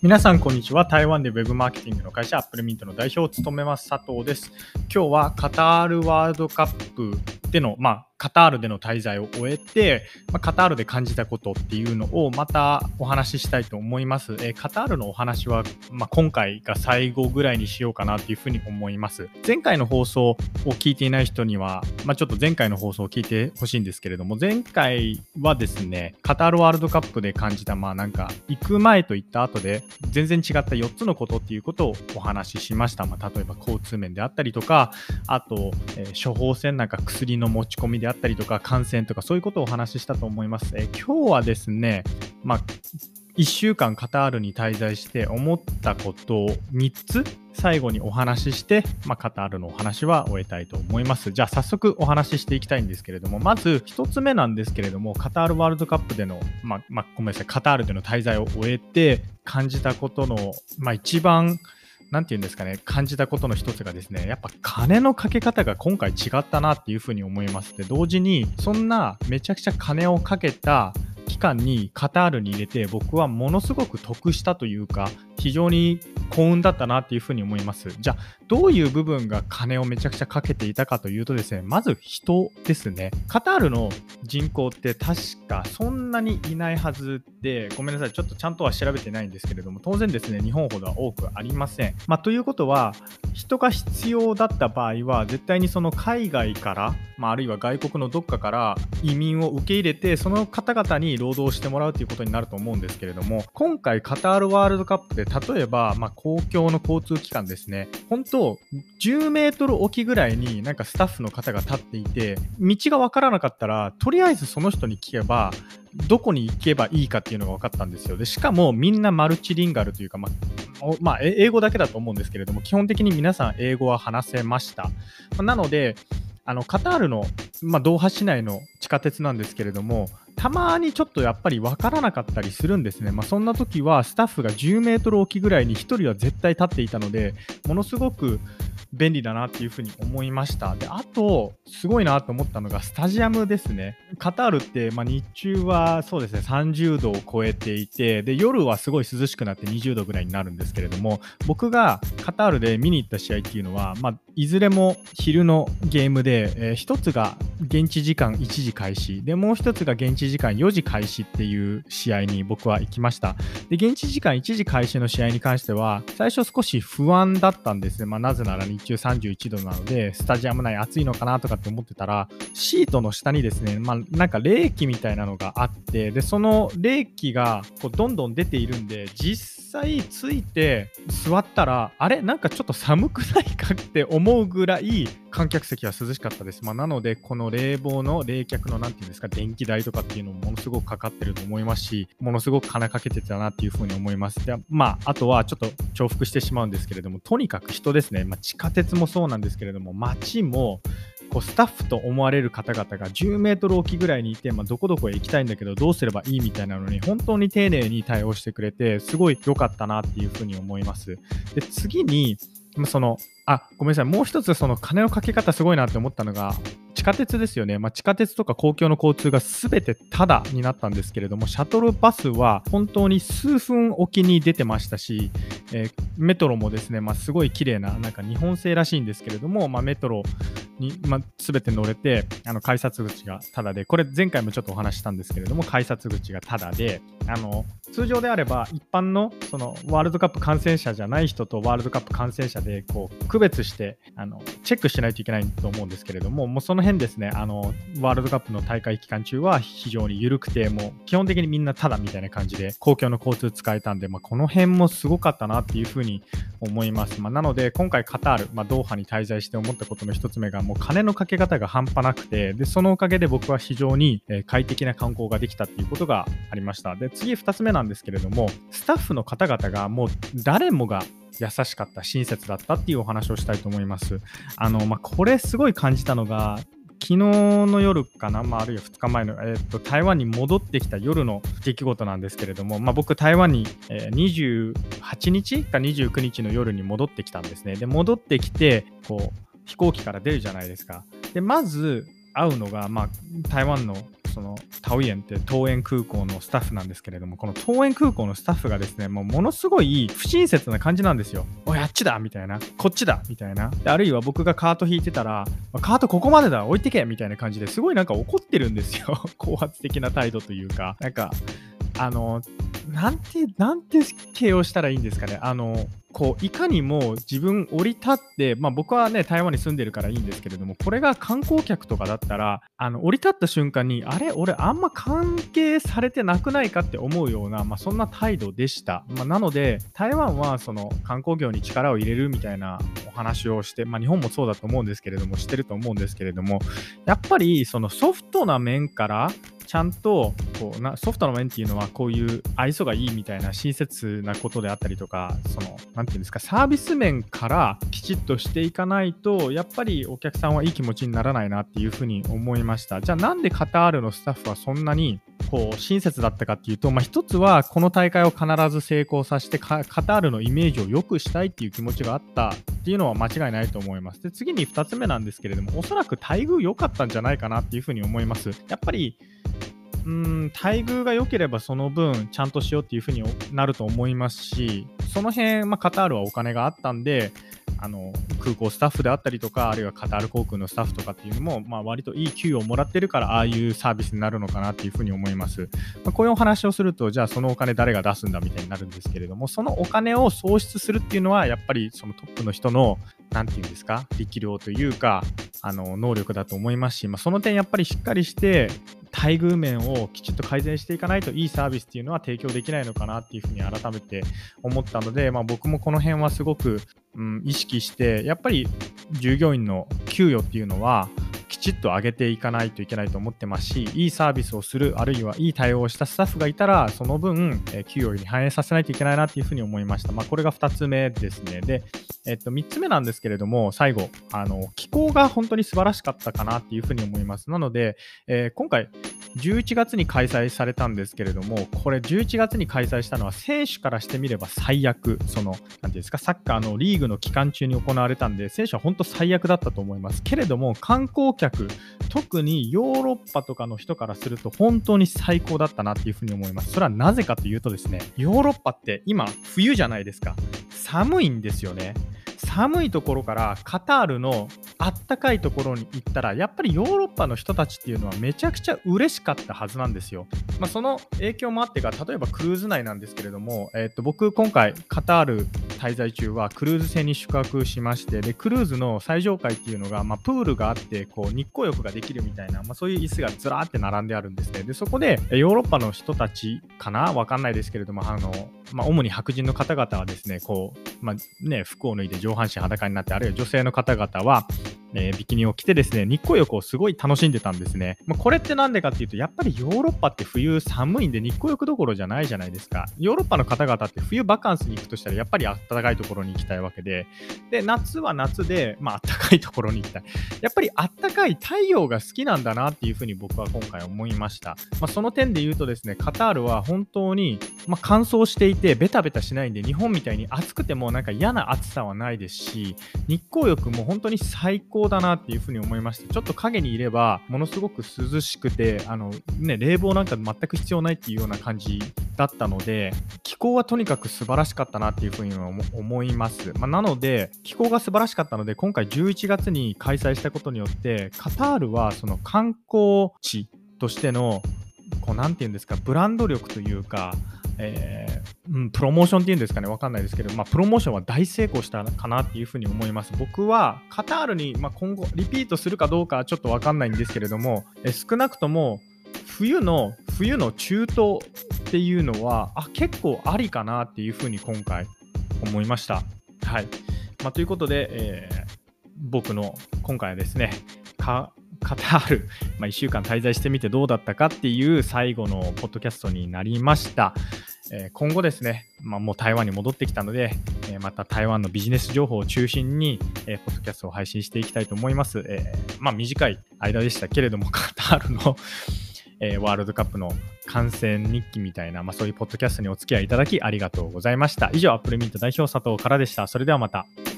皆さんこんにちは。台湾でウェブマーケティングの会社アップルミントの代表を務めます佐藤です。今日はカタールワールドカップでのカタールでの滞在を終えて、カタールで感じたことっていうのをまたお話ししたいと思います。カタールのお話は、今回が最後ぐらいにしようかなというふうに思います。前回の放送を聞いていない人には、ちょっと前回の放送を聞いてほしいんですけれども、前回はですね、カタールワールドカップで感じた行く前と行った後で全然違った4つのことっていうことをお話ししました。例えば交通面であったりとか、あと、処方箋薬の持ち込みであったりとか、感染とかそういうことをお話ししたと思います。今日はですね、1週間カタールに滞在して思ったことを3つ最後にお話しして、カタールのお話は終えたいと思います。じゃあ早速お話ししていきたいんですけれども、まず1つ目なんですけれども、カタールワールドカップでの、カタールでの滞在を終えて感じたことの、一番感じたことの一つがですね、やっぱ金のかけ方が今回違ったなっていうふうに思います。で、同時にそんなめちゃくちゃ金をかけた期間にカタールに入れて、僕はものすごく得したというか、非常に幸運だったなっていうふうに思います。じゃあどういう部分が金をめちゃくちゃかけていたかというとですね、まず人ですね。カタールの人口って確かそんなにいないはずで、ごめんなさい、ちょっとちゃんとは調べてないんですけれども、当然ですね、日本ほどは多くありません。ということは、人が必要だった場合は絶対にその海外から、あるいは外国のどっかから移民を受け入れて、その方々に労働してもらうということになると思うんですけれども、今回カタールワールドカップで例えば、公共の交通機関ですね、本当10メートルおきぐらいにスタッフの方が立っていて、道が分からなかったらとりあえずその人に聞けばどこに行けばいいかっていうのが分かったんですよ。でしかもみんなマルチリンガルというか、英語だけだと思うんですけれども、基本的に皆さん英語は話せました。なのでカタールの、ドーハ市内の地下鉄なんですけれども、たまにちょっとやっぱり分からなかったりするんですね。そんな時はスタッフが10メートルおきぐらいに1人は絶対立っていたので、ものすごく便利だなっていうふうに思いました。で、あとすごいなと思ったのがスタジアムですね。カタールって、日中はそうですね30度を超えていて、で夜はすごい涼しくなって20度ぐらいになるんですけれども、僕がカタールで見に行った試合っていうのは、いずれも昼のゲームで、一つが現地時間1時開始で、もう一つが現地時間4時開始っていう試合に僕は行きました。で、現地時間1時開始の試合に関しては最初少し不安だったんですね。なぜなら日中31度なのでスタジアム内暑いのかなとかって思ってたら、シートの下にですね、冷気みたいなのがあって、でその冷気がどんどん出ているんで、実際ついて座ったらちょっと寒くないかって思うぐらい観客席は涼しかったです。なのでこの冷房の冷却の電気代とかっていうのもものすごくかかってると思いますし、ものすごく金かけてたなっていうふうに思います。で、あとはちょっと重複してしまうんですけれども、とにかく人ですね。地下鉄もそうなんですけれども、街もスタッフと思われる方々が10メートルおきぐらいにいて、どこどこへ行きたいんだけどどうすればいいみたいなのに本当に丁寧に対応してくれて、すごい良かったなっていうふうに思います。で、次にごめんなさい、もう一つその金のかけ方すごいなって思ったのが地下鉄ですよね。地下鉄とか公共の交通が全てタダになったんですけれども、シャトルバスは本当に数分おきに出てましたし、メトロもですね、すごい綺麗な日本製らしいんですけれども、メトロに、全て乗れて、改札口がタダで、これ前回もちょっとお話ししたんですけれども、改札口がタダで、通常であれば一般のそのワールドカップ観戦者じゃない人とワールドカップ観戦者で区別してチェックしないといけないと思うんですけれども、もうその辺ですね、ワールドカップの大会期間中は非常に緩くて、もう基本的にみんなタダみたいな感じで公共の交通使えたんで、この辺もすごかったなっていうふうに思います。なので今回カタール、ドーハに滞在して思ったことの一つ目が、もう金のかけ方が半端なくて、でそのおかげで僕は非常に快適な観光ができたっていうことがありました。で、次2つ目なんですけれども、スタッフの方々がもう誰もが優しかった、親切だったっていうお話をしたいと思います。これすごい感じたのが、昨日の夜かな、あるいは2日前の、台湾に戻ってきた夜の出来事なんですけれども、僕台湾に、28日か29日の夜に戻ってきたんですね。で、戻ってきて飛行機から出るじゃないですか。で、まず会うのが、台湾のそのタオイエンって桃園空港のスタッフなんですけれども、この桃園空港のスタッフがですね、ものすごい不親切な感じなんですよ。おい、あっちだみたいな、こっちだみたいな。であるいは僕がカート引いてたら、カートここまでだ、置いてけみたいな感じですごいなんか怒ってるんですよ。高圧的な態度というか、なんかなんて形容したらいいんですかね。こういかにも自分降り立って、僕はね台湾に住んでるからいいんですけれども、これが観光客とかだったら降り立った瞬間にあれ俺あんま関係されてなくないかって思うような、そんな態度でした。なので台湾はその観光業に力を入れるみたいなお話をして、日本もそうだと思うんですけれども、してると思うんですけれども、やっぱりそのソフトな面からちゃんとソフトの面っていうのはこういう愛想がいいみたいな親切なことであったりとか、そのなんていうんですか、サービス面からきちっとしていかないとやっぱりお客さんはいい気持ちにならないなっていうふうに思いました。じゃあなんでカタールのスタッフはそんなに親切だったかっていうと、一つはこの大会を必ず成功させてカタールのイメージを良くしたいっていう気持ちがあったっていうのは間違いないと思います。で次に2つ目なんですけれども、おそらく待遇良かったんじゃないかなっていうふうに思います。やっぱり待遇が良ければその分ちゃんとしようっていう風になると思いますし、その辺、カタールはお金があったんで、空港スタッフであったりとか、あるいはカタール航空のスタッフとかっていうのも、割といい給与をもらってるから、ああいうサービスになるのかなっていう風に思います。こういうお話をすると、じゃあそのお金誰が出すんだみたいになるんですけれども、そのお金を創出するっていうのは、やっぱりそのトップの人の、なんていうんですか、力量というか、能力だと思いますし、その点やっぱりしっかりして、待遇面をきちっと改善していかないといいサービスっていうのは提供できないのかなっていうふうに改めて思ったので、僕もこの辺はすごく、意識して、やっぱり従業員の給与っていうのはきちっと上げていかないといけないと思ってますし、いいサービスをする、あるいはいい対応をしたスタッフがいたらその分、給与に反映させないといけないなっていうふうに思いました。これが2つ目ですね。で3つ目なんですけれども、最後気候が本当に素晴らしかったかなっていうふうに思います。なので、今回11月に開催されたんですけれども、これ11月に開催したのは選手からしてみれば最悪、なんていうんですか、サッカーのリーグの期間中に行われたんで、選手は本当最悪だったと思いますけれども、観光客、特にヨーロッパとかの人からすると本当に最高だったなっていうふうに思います。それはなぜかというとですね、ヨーロッパって今冬じゃないですか。寒いんですよね。寒いところからカタールのあったかいところに行ったら、やっぱりヨーロッパの人たちっていうのはめちゃくちゃ嬉しかったはずなんですよ。その影響もあってか、例えばクルーズ内なんですけれども、僕今回カタール滞在中はクルーズ船に宿泊しまして、でクルーズの最上階っていうのが、プールがあって日光浴ができるみたいな、そういう椅子がずらーって並んであるんですね。でそこでヨーロッパの人たちかな、わかんないですけれども、主に白人の方々はですね、服を脱いで上半身裸になって、あるいは女性の方々はビキニを着てですね、日光浴をすごい楽しんでたんですね。これってなんでかっていうと、やっぱりヨーロッパって冬寒いんで日光浴どころじゃないじゃないですか。ヨーロッパの方々って冬バカンスに行くとしたらやっぱり暖かいところに行きたいわけで、夏は夏で暖かいところに行きたい。やっぱり暖かい太陽が好きなんだなっていうふうに僕は今回思いました。その点で言うとですね、カタールは本当に乾燥していてベタベタしないんで、日本みたいに暑くてもなんか嫌な暑さはないですし、日光浴も本当に最高だなっていうふうに思いました。ちょっと影にいればものすごく涼しくて、冷房なんか全く必要ないっていうような感じだったので、気候はとにかく素晴らしかったなっていうふうに思います。なので気候が素晴らしかったので、今回11月に開催したことによって、カタールはその観光地としてのなんていうんですか、ブランド力というか、プロモーションっていうんですかね、わかんないですけど、プロモーションは大成功したかなっていうふうに思います。僕はカタールに、今後リピートするかどうかはちょっとわかんないんですけれども、少なくとも冬の中東っていうのは結構ありかなっていうふうに今回思いました。はい。ということで、僕の今回はですね、カタール、1週間滞在してみてどうだったかっていう最後のポッドキャストになりました。今後ですね、もう台湾に戻ってきたので、また台湾のビジネス情報を中心に、ポッドキャストを配信していきたいと思います。短い間でしたけれども、カタールのワールドカップの観戦日記みたいな、そういうポッドキャストにお付き合いいただきありがとうございました。以上、アップルミント代表佐藤からでした。それではまた。